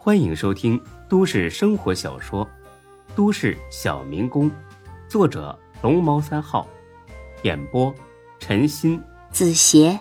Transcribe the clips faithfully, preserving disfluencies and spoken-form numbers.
欢迎收听都市生活小说《都市小民工》，作者龙猫三号，演播陈鑫、 子邪，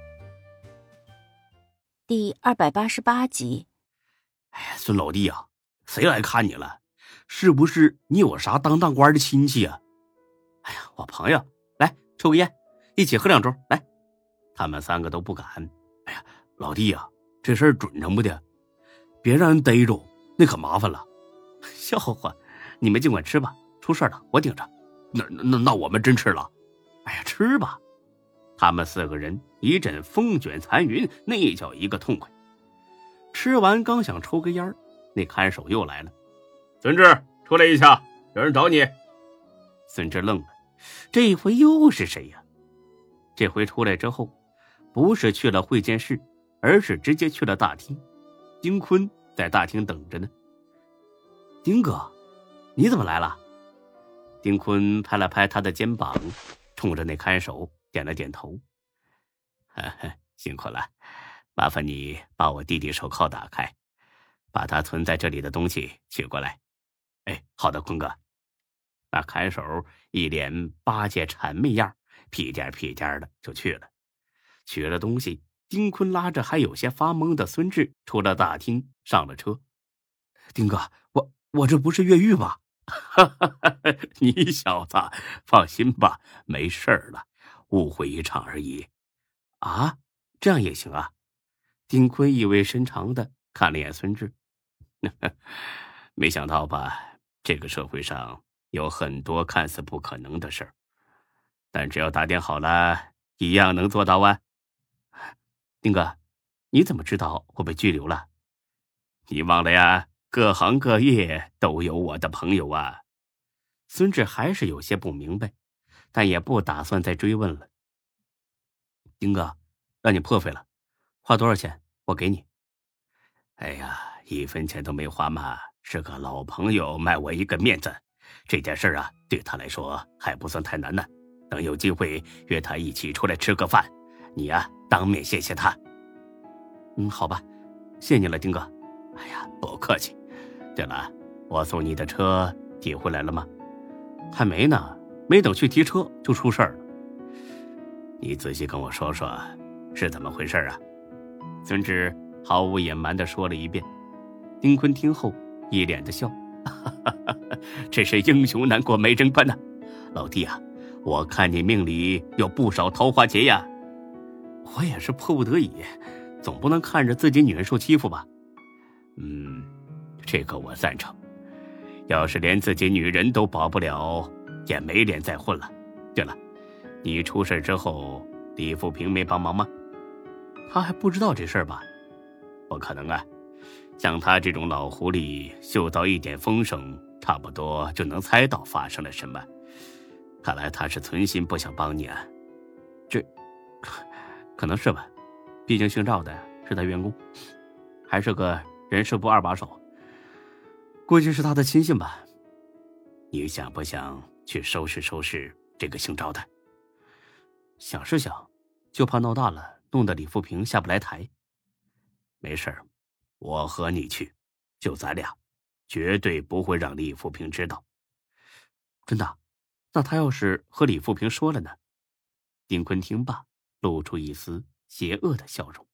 第二百八十八集。 哎呀，孙老弟啊，谁来看你了？是不是你有啥当当官的亲戚啊？哎呀，我朋友，来抽个烟，一起喝两盅。来，他们三个都不敢。哎呀，老弟啊，这事儿准成不的？别让人逮着，那可麻烦了。 笑话，你们尽管吃吧，出事了我顶着。 那那那我们真吃了？ 哎呀，吃吧。他们四个人一阵风卷残云，那叫一个痛快。吃完刚想抽根烟，那看守又来了。 孙志，出来一下，有人找你。 孙志愣了，这回又是谁呀？这回出来之后，不是去了会见室，而是直接去了大厅。丁坤在大厅等着呢。丁哥，你怎么来了？丁坤拍了拍他的肩膀，冲着那看守点了点头。呵呵，辛苦了，麻烦你把我弟弟手铐打开，把他存在这里的东西取过来。 哎，好的，坤哥。 那看守一脸巴结谄媚样，屁颠屁颠的就去了。取了东西，丁坤拉着还有些发懵的孙志出了大厅，上了车。 丁哥，我我这不是越狱吧？ 你小子放心吧，没事了，误会一场而已。啊，这样也行啊？丁坤意味深长的看了眼孙志。没想到吧，这个社会上有很多看似不可能的事儿，但只要打点好了，一样能做到啊。丁哥，你怎么知道我被拘留了？你忘了呀，各行各业都有我的朋友啊。孙志还是有些不明白，但也不打算再追问了。丁哥，让你破费了，花多少钱我给你。哎呀，一分钱都没花嘛，是个老朋友卖我一个面子，这件事啊对他来说还不算太难呢。等有机会约他一起出来吃个饭，你呀当面谢谢他。嗯，好吧，谢谢你了，丁哥。哎呀，不客气。对了，我送你的车提回来了吗？还没呢，没等去提车就出事儿了。你仔细跟我说说是怎么回事啊？孙志毫无隐瞒地说了一遍。丁坤听后一脸的笑，这是英雄难过美人关呐、啊。老弟啊，我看你命里有不少桃花劫呀。我也是迫不得已，总不能看着自己女人受欺负吧。嗯，这个我赞成。要是连自己女人都保不了，也没脸再混了。对了，你出事之后，李富平没帮忙吗？他还不知道这事儿吧？不可能啊，像他这种老狐狸，嗅到一点风声，差不多就能猜到发生了什么。看来他是存心不想帮你啊。这可能是吧，毕竟姓赵的是他员工，还是个人事部二把手，估计是他的亲信吧。你想不想去收拾收拾这个姓赵的？想是想，就怕闹大了，弄得李富平下不来台。没事儿，我和你去，就咱俩，绝对不会让李富平知道。真的？那他要是和李富平说了呢？丁坤听罢，露出一丝邪恶的笑容。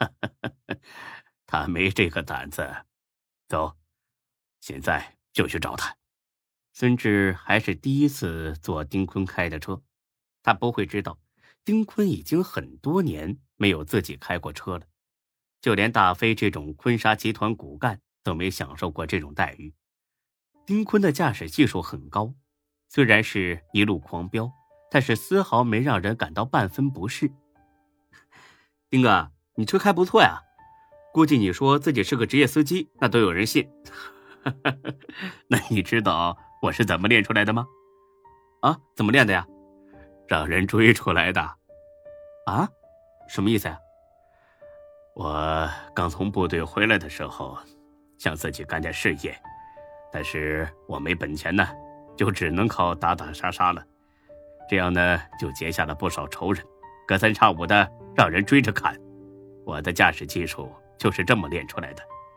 他没这个胆子。走，现在就去找他。孙志还是第一次坐丁坤开的车，他不会知道丁坤已经很多年没有自己开过车了，就连大飞这种坤沙集团骨干都没享受过这种待遇。丁坤的驾驶技术很高，虽然是一路狂飙，但是丝毫没让人感到半分不适。丁哥，你车开不错呀，估计你说自己是个职业司机，那都有人信。那你知道我是怎么练出来的吗？啊，怎么练的呀？让人追出来的。啊？什么意思呀？我刚从部队回来的时候，想自己干点事业，但是我没本钱呢，就只能靠打打杀杀了。这样呢，就结下了不少仇人，隔三差五的让人追着砍。我的驾驶技术就是这么练出来的，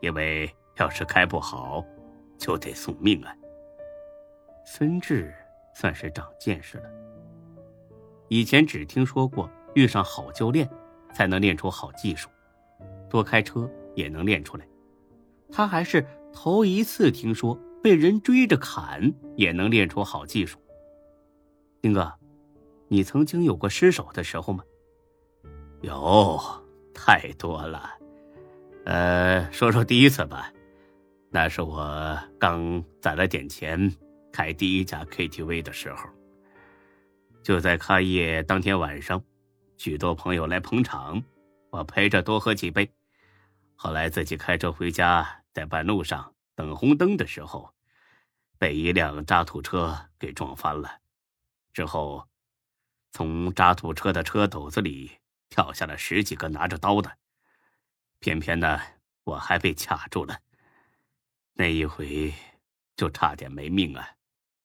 因为要是开不好，就得送命啊。孙志算是长见识了，以前只听说过遇上好教练才能练出好技术，多开车也能练出来，他还是头一次听说被人追着砍也能练出好技术。丁哥，你曾经有过失手的时候吗？ 有，太多了。呃，说说第一次吧。那是我刚攒了点钱开第一家 K T V 的时候，就在开业当天晚上，许多朋友来捧场，我陪着多喝几杯。后来自己开车回家，在半路上等红灯的时候，被一辆渣土车给撞翻了。之后，从渣土车的车斗子里跳下了十几个拿着刀的，偏偏呢，我还被卡住了。那一回就差点没命啊。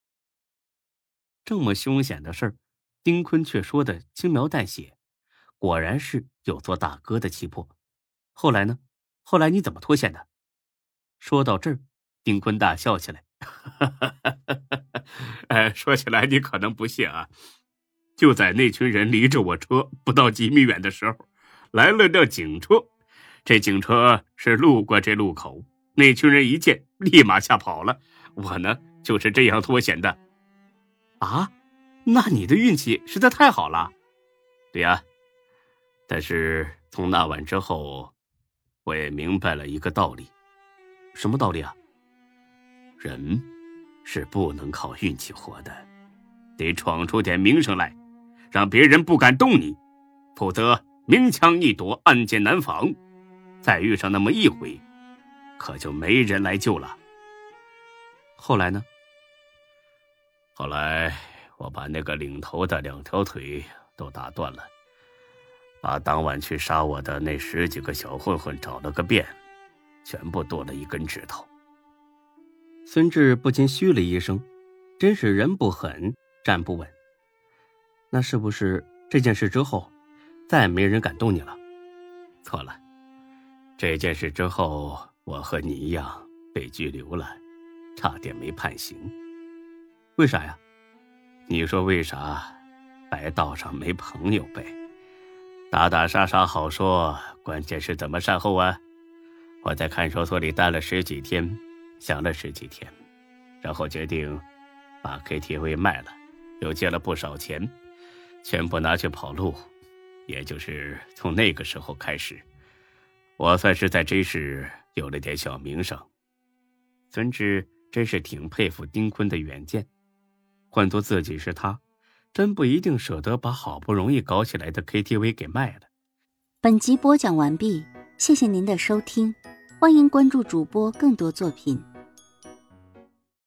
这么凶险的事儿，丁坤却说的轻描淡写，果然是有做大哥的气魄。后来呢？后来你怎么脱险的？说到这儿，丁坤大笑起来。 呃，说起来你可能不信啊，就在那群人离着我车不到几米远的时候，来了辆警车。这警车是路过这路口，那群人一见立马吓跑了，我呢就是这样脱险的。 啊，那你的运气实在太好了。 对呀，但是从那晚之后，我也明白了一个道理。 什么道理啊？ 人是不能靠运气活的，得闯出点名声来，让别人不敢动你，否则明枪易躲，暗箭难防，再遇上那么一回，可就没人来救了。 后来呢？ 后来我把那个领头的两条腿都打断了，把当晚去杀我的那十几个小混混找了个遍，全部多了一根指头。 孙志不禁嘘了一声，真是人不狠站不稳。那是不是这件事之后再没人敢动你了？ 错了，这件事之后我和你一样被拘留了，差点没判刑。 为啥呀？ 你说为啥？白道上没朋友呗。打打杀杀好说，关键是怎么善后啊？我在看守所里待了十几天，想了十几天，然后决定把 K T V 卖了，又借了不少钱，全部拿去跑路。也就是从那个时候开始，我算是在这市有了点小名声。 孙志真是挺佩服丁坤的远见，换做自己是他，真不一定舍得把好不容易搞起来的 K T V 给卖了。 本集播讲完毕，谢谢您的收听，欢迎关注主播更多作品。